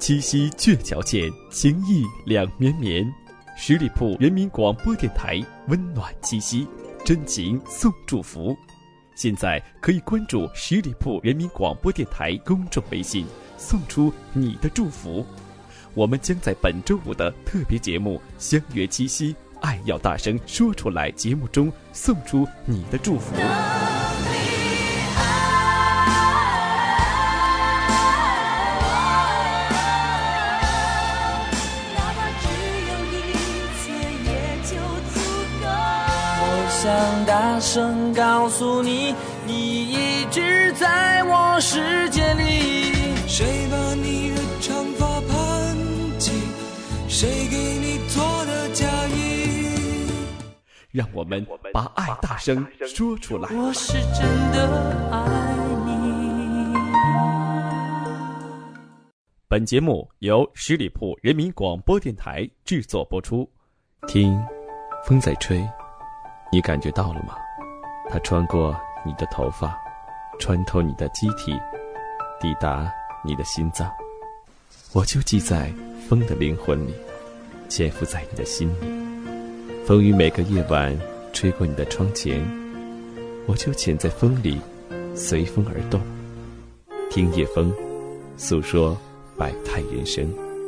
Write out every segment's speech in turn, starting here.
七夕鹊桥前，情意两绵绵。十里铺人民广播电台，温暖七夕，真情送祝福。现在可以关注十里铺人民广播电台公众微信，送出你的祝福。我们将在本周五的特别节目《相约七夕，爱要大声说出来》节目中送出你的祝福。 想大声告诉你，你一直在我世界里。 谁把你的长发盘起？谁给你做的嫁衣？ 让我们把爱大声说出来。 我是真的爱你。 本节目由十里铺人民广播电台制作播出。听，风在吹。你感觉到了吗？它穿过你的头发，穿透你的机体，抵达你的心脏。我就系在风的灵魂里，潜伏在你的心里。风于每个夜晚吹过你的窗前，我就潜在风里，随风而动。听夜风，诉说百态人生。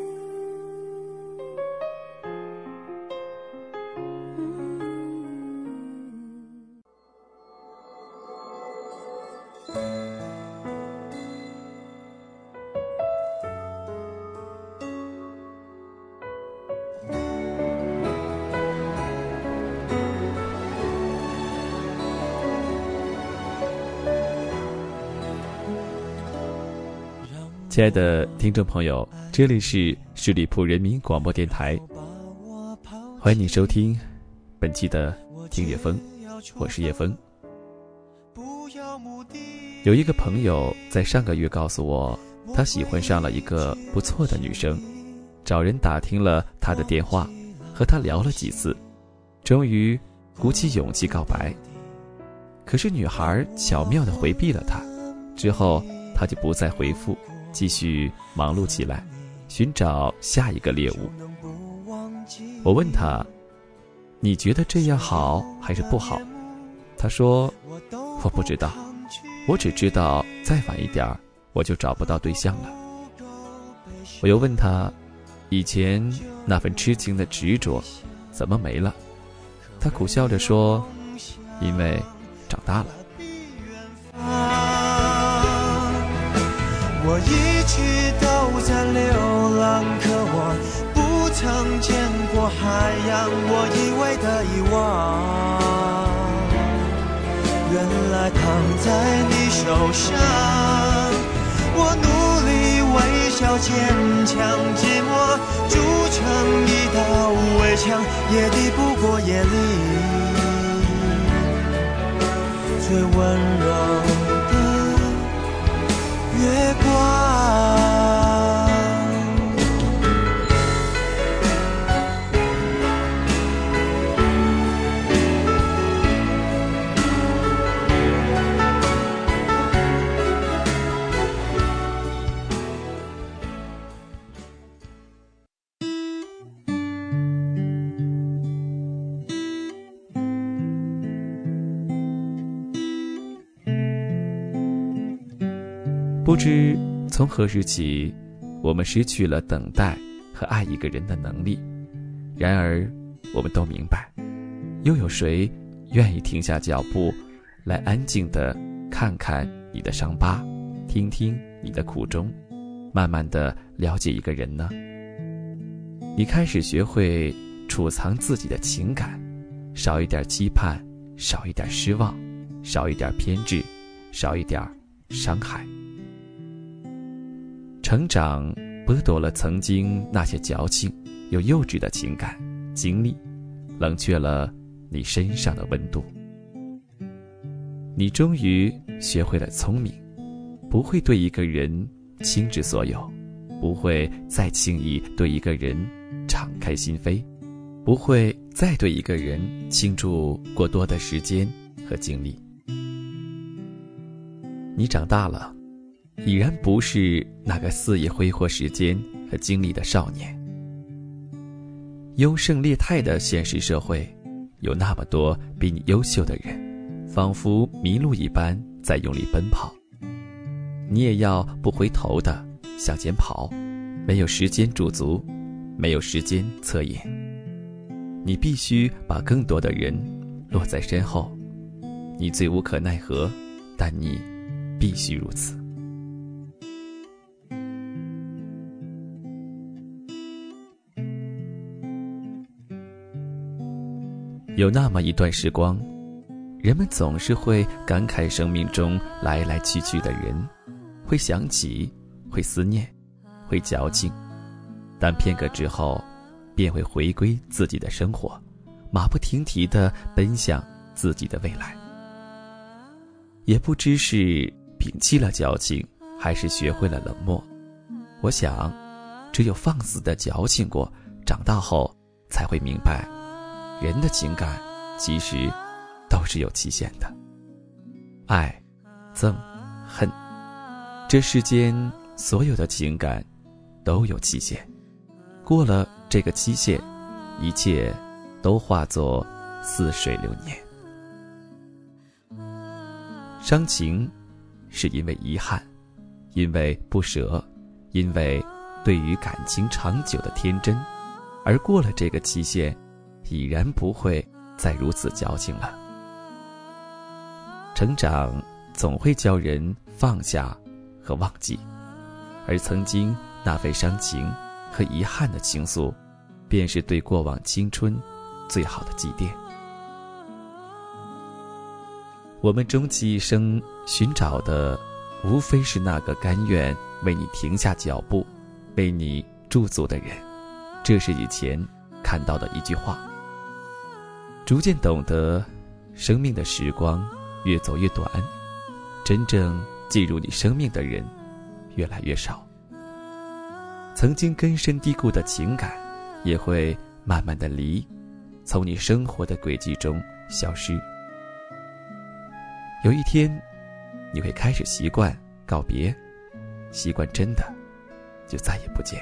亲爱的听众朋友，这里是十里铺人民广播电台，欢迎你收听本期的听叶风，我是叶风。有一个朋友在上个月告诉我，他喜欢上了一个不错的女生，找人打听了她的电话，和她聊了几次，终于鼓起勇气告白。可是女孩巧妙地回避了他，之后他就不再回复，继续忙碌起来，寻找下一个猎物。我问他，你觉得这样好还是不好？他说，我不知道，我只知道再晚一点我就找不到对象了。我又问他，以前那份痴情的执着怎么没了？他苦笑着说，因为长大了。 我一直都在流浪，可我不曾见过海洋，我以为的遗忘，原来躺在你手上。我努力微笑坚强，寂寞筑成一道围墙，也抵不过夜里最温柔月光。 不知从何时起，我们失去了等待和爱一个人的能力。然而我们都明白，又有谁愿意停下脚步来安静地看看你的伤疤，听听你的苦衷，慢慢地了解一个人呢？你开始学会储藏自己的情感，少一点期盼，少一点失望，少一点偏执，少一点伤害。成长剥夺了曾经那些矫情又幼稚的情感经历，冷却了你身上的温度。你终于学会了聪明，不会对一个人倾之所有，不会再轻易对一个人敞开心扉，不会再对一个人倾注过多的时间和精力。你长大了，已然不是那个肆意挥霍时间和精力的少年。优胜劣汰的现实社会，有那么多比你优秀的人，仿佛迷路一般在用力奔跑。你也要不回头的向前跑，没有时间驻足，没有时间侧影。你必须把更多的人落在身后，你最无可奈何，但你必须如此。有那么一段时光，人们总是会感慨生命中来来去去的人，会想起，会思念，会矫情，但片刻之后便会回归自己的生活，马不停蹄地奔向自己的未来。也不知是摒弃了矫情，还是学会了冷漠。我想，只有放肆地矫情过，长大后才会明白，人的情感其实都是有期限的。爱、憎、恨，这世间所有的情感都有期限，过了这个期限，一切都化作似水流年。伤情是因为遗憾，因为不舍，因为对于感情长久的天真，而过了这个期限，已然不会再如此矫情了。成长总会教人放下和忘记，而曾经那份伤情和遗憾的情愫，便是对过往青春最好的祭奠。我们终其一生寻找的，无非是那个甘愿为你停下脚步，为你驻足的人。这是以前看到的一句话。逐渐懂得，生命的时光越走越短，真正进入你生命的人越来越少。曾经根深蒂固的情感，也会慢慢的从你生活的轨迹中消失。有一天，你会开始习惯告别，习惯真的就再也不见。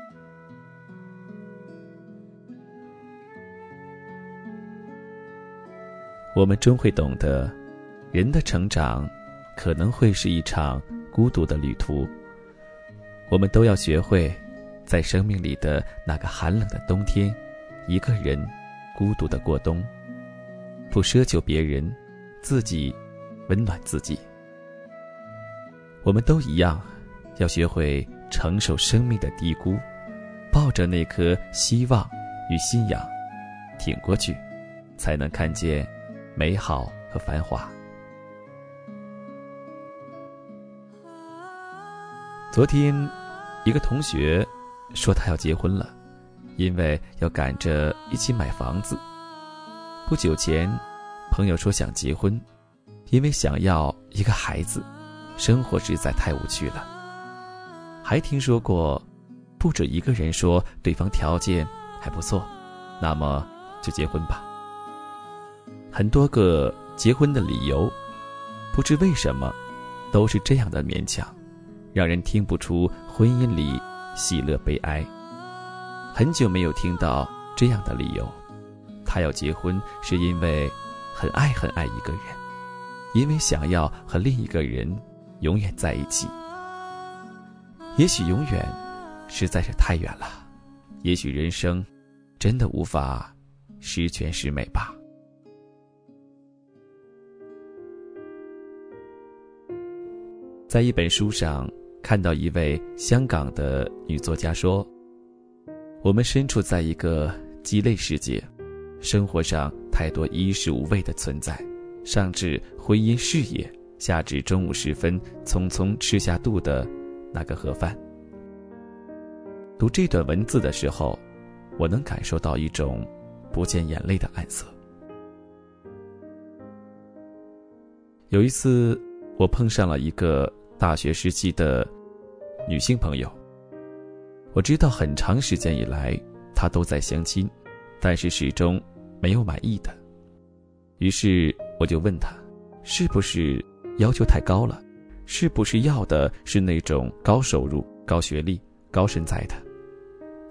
我们终会懂得，人的成长可能会是一场孤独的旅途。我们都要学会，在生命里的那个寒冷的冬天，一个人孤独地过冬，不奢求别人，自己温暖自己。我们都一样，要学会承受生命的低谷，抱着那颗希望与信仰挺过去，才能看见美好和繁华。昨天一个同学说他要结婚了，因为要赶着一起买房子。不久前朋友说想结婚，因为想要一个孩子，生活实在太无趣了。还听说过不止一个人说对方条件还不错，那么就结婚吧。很多个结婚的理由，不知为什么都是这样的勉强，让人听不出婚姻里喜乐悲哀。很久没有听到这样的理由，他要结婚是因为很爱很爱一个人，因为想要和另一个人永远在一起。也许永远实在是太远了，也许人生真的无法十全十美吧。在一本书上看到一位香港的女作家说，我们身处在一个鸡肋世界，生活上太多衣食无味的存在，上至婚姻事业，下至中午时分匆匆吃下肚的那个盒饭。读这段文字的时候，我能感受到一种不见眼泪的暗色。有一次我碰上了一个大学时期的女性朋友，我知道很长时间以来她都在相亲，但是始终没有满意的。于是我就问她，是不是要求太高了？是不是要的是那种高收入、高学历、高身材的？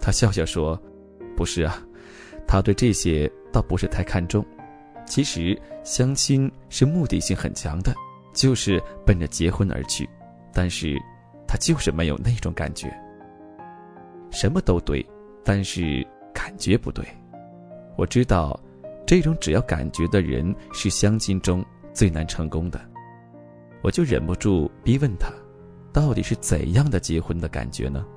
他笑笑说，不是啊，他对这些倒不是太看重。其实相亲是目的性很强的，就是奔着结婚而去，但是他就是没有那种感觉。什么都对，但是感觉不对。我知道这种只要感觉的人是相亲中最难成功的。我就忍不住逼问他，到底是怎样的结婚的感觉呢？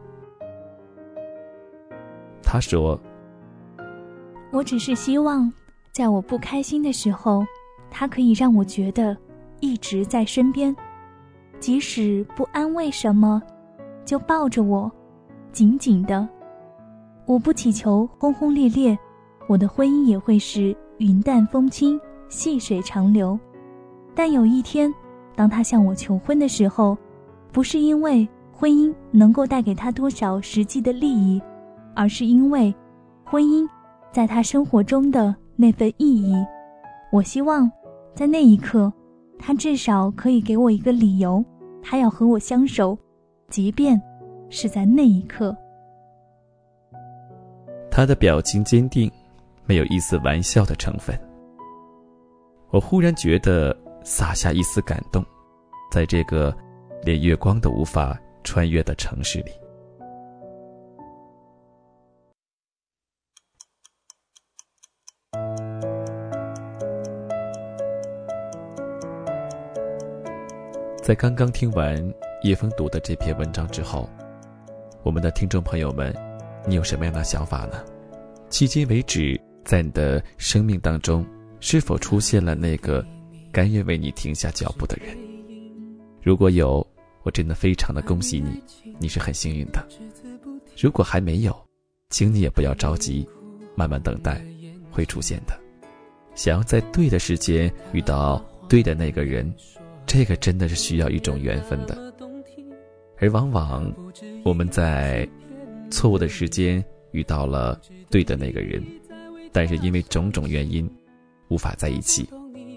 他说， 我只是希望在我不开心的时候，他可以让我觉得一直在身边，即使不安慰什么，就抱着我紧紧的。我不祈求轰轰烈烈，我的婚姻也会是云淡风轻，细水长流。但有一天，当他向我求婚的时候，不是因为婚姻能够带给他多少实际的利益，而是因为婚姻在他生活中的那份意义。我希望在那一刻，他至少可以给我一个理由，他要和我相守，即便是在那一刻。 他的表情坚定，没有一丝玩笑的成分。我忽然觉得洒下一丝感动，在这个连月光都无法穿越的城市里。在刚刚听完叶枫读的这篇文章之后，我们的听众朋友们，你有什么样的想法呢？迄今为止，在你的生命当中，是否出现了那个甘愿为你停下脚步的人？如果有，我真的非常的恭喜你，你是很幸运的。如果还没有，请你也不要着急，慢慢等待，会出现的。想要在对的时间遇到对的那个人，这个真的是需要一种缘分的。而往往我们在错误的时间遇到了对的那个人，但是因为种种原因无法在一起。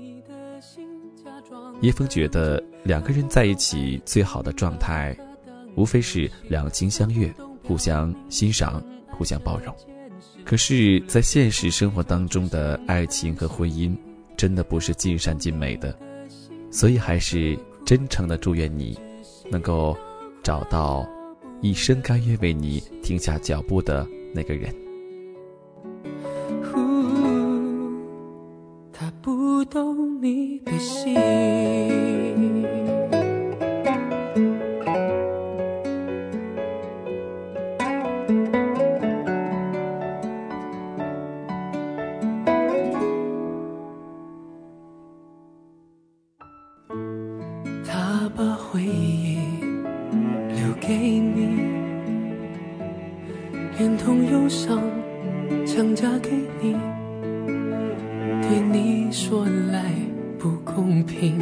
叶枫觉得两个人在一起最好的状态，无非是两情相悦，互相欣赏，互相包容。可是在现实生活当中的爱情和婚姻，真的不是尽善尽美的，所以还是真诚的祝愿你能够找到一生甘愿为你停下脚步的那个人。 他不懂你的心，他把回忆留给你，连同忧伤强加给你，对你说来不公平。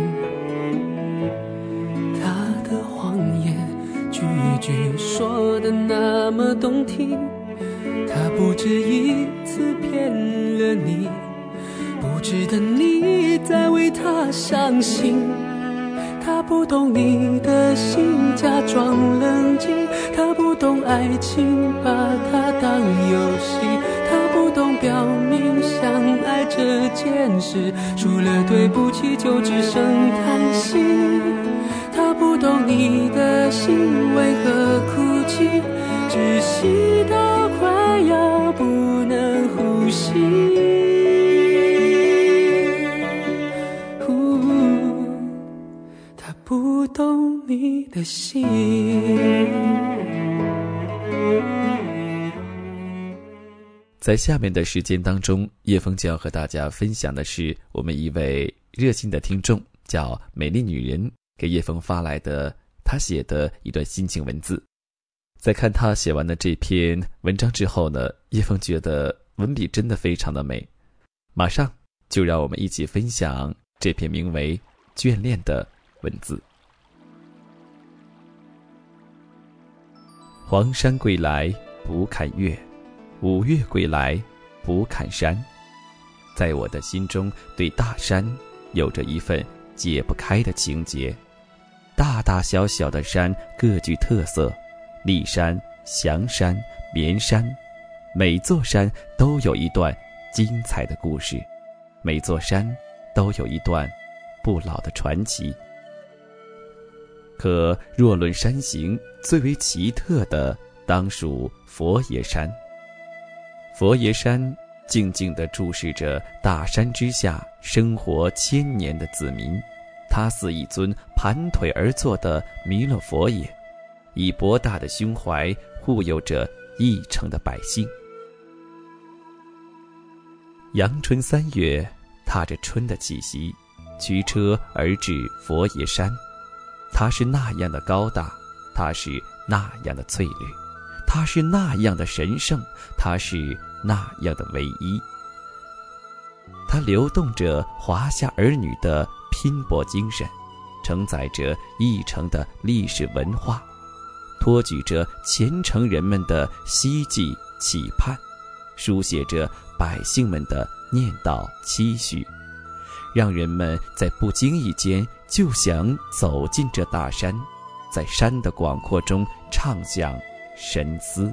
他的谎言句句说得那么动听，他不止一次骗了你，不值得你再为他伤心。他不懂你的心，假装冷静，他不懂爱情，把它当游戏，他不懂表明相爱这件事，除了对不起就只剩叹息。他不懂你的心为何哭泣，窒息到快要不能呼吸。不懂你的心。 在下面的时间当中，叶枫将要和大家分享的是我们一位热心的听众叫美丽女人给叶枫发来的她写的一段心情文字。在看她写完的这篇文章之后呢，叶枫觉得文笔真的非常的美。马上就让我们一起分享这篇名为《眷恋》的文字。黄山归来不看月，五岳归来不看山。在我的心中，对大山有着一份解不开的情结。大大小小的山各具特色，骊山、象山、 绵山，每座山都有一段精彩的故事，每座山都有一段不老的传奇。可若论山形，最为奇特的当属佛爷山。佛爷山静静地注视着大山之下生活千年的子民，他似一尊盘腿而坐的弥勒佛爷，以博大的胸怀护佑着一城的百姓。阳春3月，踏着春的气息，驱车而至佛爷山。它是那样的高大，它是那样的翠绿，它是那样的神圣，它是那样的唯一。它流动着华夏儿女的拼搏精神，承载着一城的历史文化，托举着虔诚人们的希冀期盼，书写着百姓们的念叨期许，让人们在不经意间就想走进这大山，在山的广阔中畅想神思。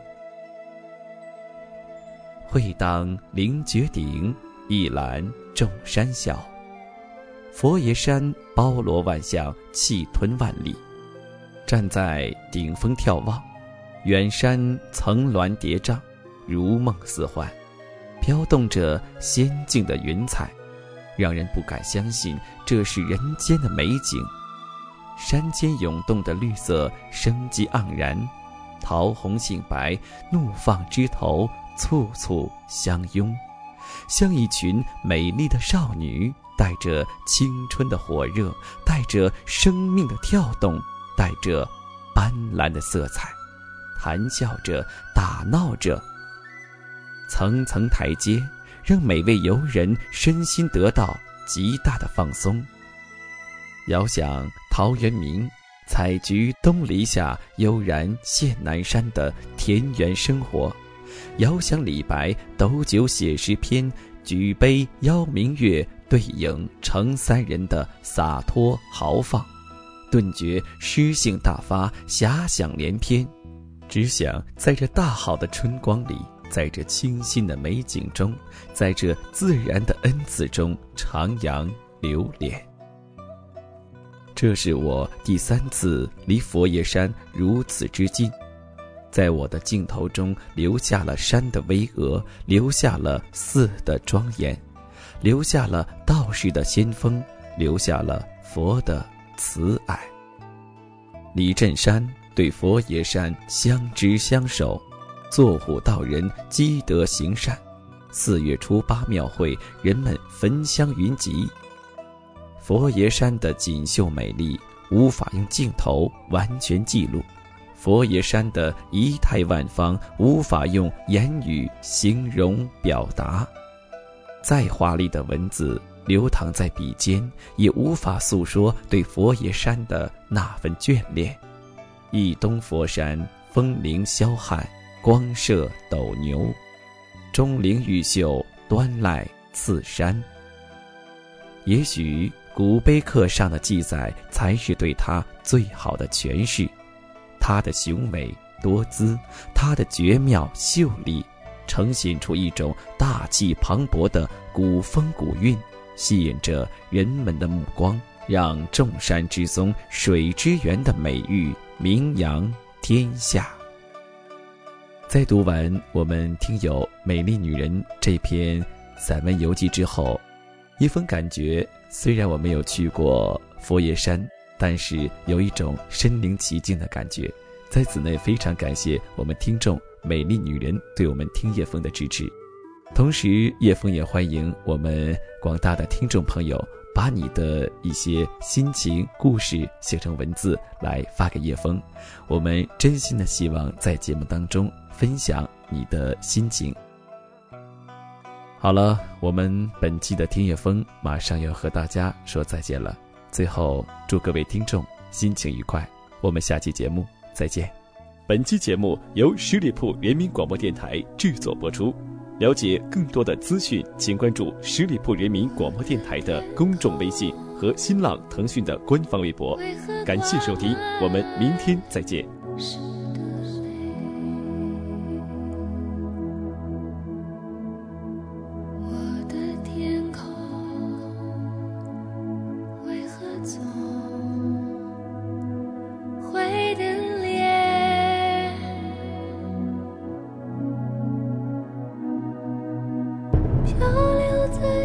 会当凌绝顶，一览众山小。佛爷山包罗万象，气吞万里。站在顶峰眺望，远山层峦叠嶂，如梦似幻，飘动着仙境的云彩，让人不敢相信这是人间的美景。山间涌动的绿色生机盎然，桃红杏白，怒放枝头，簇簇相拥，像一群美丽的少女，带着青春的火热，带着生命的跳动，带着斑斓的色彩，谈笑着，打闹着。层层台阶让每位游人身心得到极大的放松。遥想陶渊明采菊东篱下，悠然见南山的田园生活，遥想李白斗酒写诗篇，举杯邀明月，对影成三人的洒脱豪放，顿觉诗兴大发，遐想连篇。只想在这大好的春光里，在这清新的美景中，在这自然的恩赐中徜徉流连。这是我第3次离佛爷山如此之近，在我的镜头中留下了山的巍峨，留下了寺的庄严，留下了道士的先锋，留下了佛的慈爱。李镇山对佛爷山相知相守，坐虎道人积德行善。4月初8庙会，人们焚香云集。佛爷山的锦绣美丽无法用镜头完全记录，佛爷山的仪态万方无法用言语形容表达。再华丽的文字流淌在笔尖，也无法诉说对佛爷山的那份眷恋。一东佛山风铃霄汉，光射斗牛，钟灵毓秀，端赖次山。也许古碑刻上的记载才是对他最好的诠释。他的雄伟多姿，他的绝妙秀丽，呈现出一种大气磅礴的古风古韵，吸引着人们的目光，让众山之宗水之源的美誉名扬天下。在读完我们听友美丽女人这篇散文游记之后，一封感觉，虽然我没有去过佛爷山，但是有一种身临其境的感觉。在此内非常感谢我们听众美丽女人对我们听叶枫的支持，同时叶枫也欢迎我们广大的听众朋友把你的一些心情故事写成文字来发给叶枫，我们真心的希望在节目当中分享你的心情。好了，我们本期的听叶枫马上要和大家说再见了。最后祝各位听众心情愉快，我们下期节目再见。本期节目由十里铺人民广播电台制作播出。了解更多的资讯，请关注十里铺人民广播电台的公众微信和新浪、腾讯的官方微博。感谢收听，我们明天再见。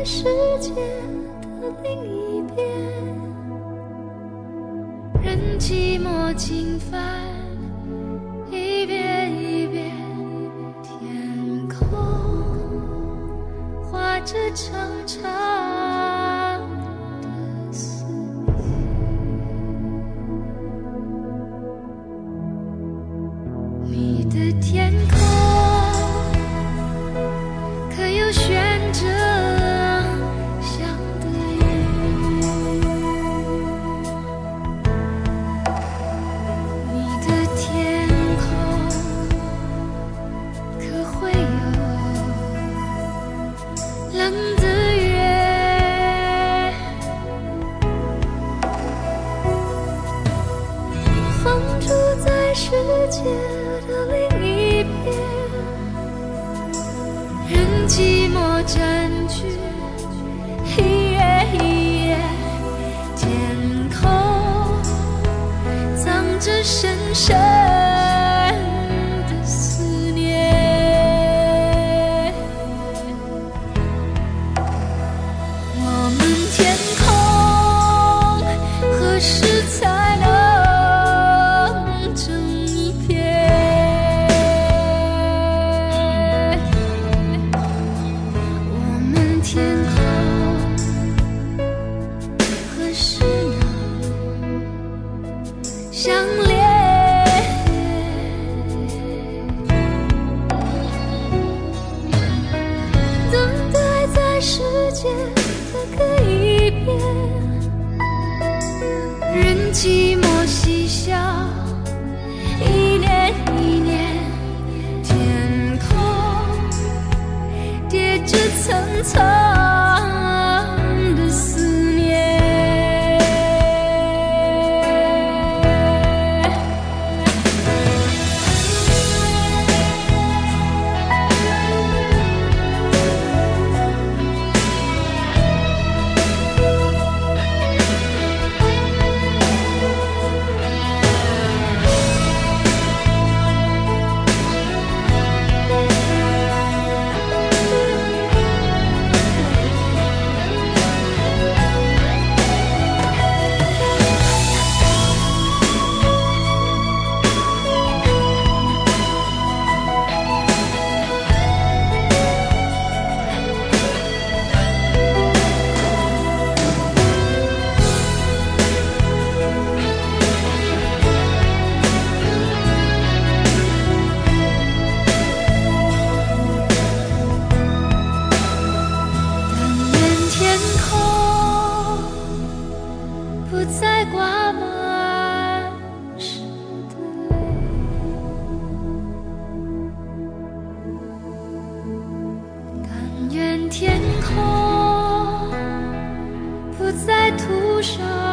世界的另一边，任寂寞侵犯，一遍一遍，天空画着长长的思念。你的天空可有悬着香的云？你的天空可会有冷的月？放逐在世界的另一边，任寂寞占据一夜一夜，天空藏着深深的思念。我们天空何时才能整一片？我们天空何时能相连？等待在世界的各一边，任寂寞嬉笑，一年一年，天空叠着层层的思念。不再挂满湿的泪，但愿天空不再涂上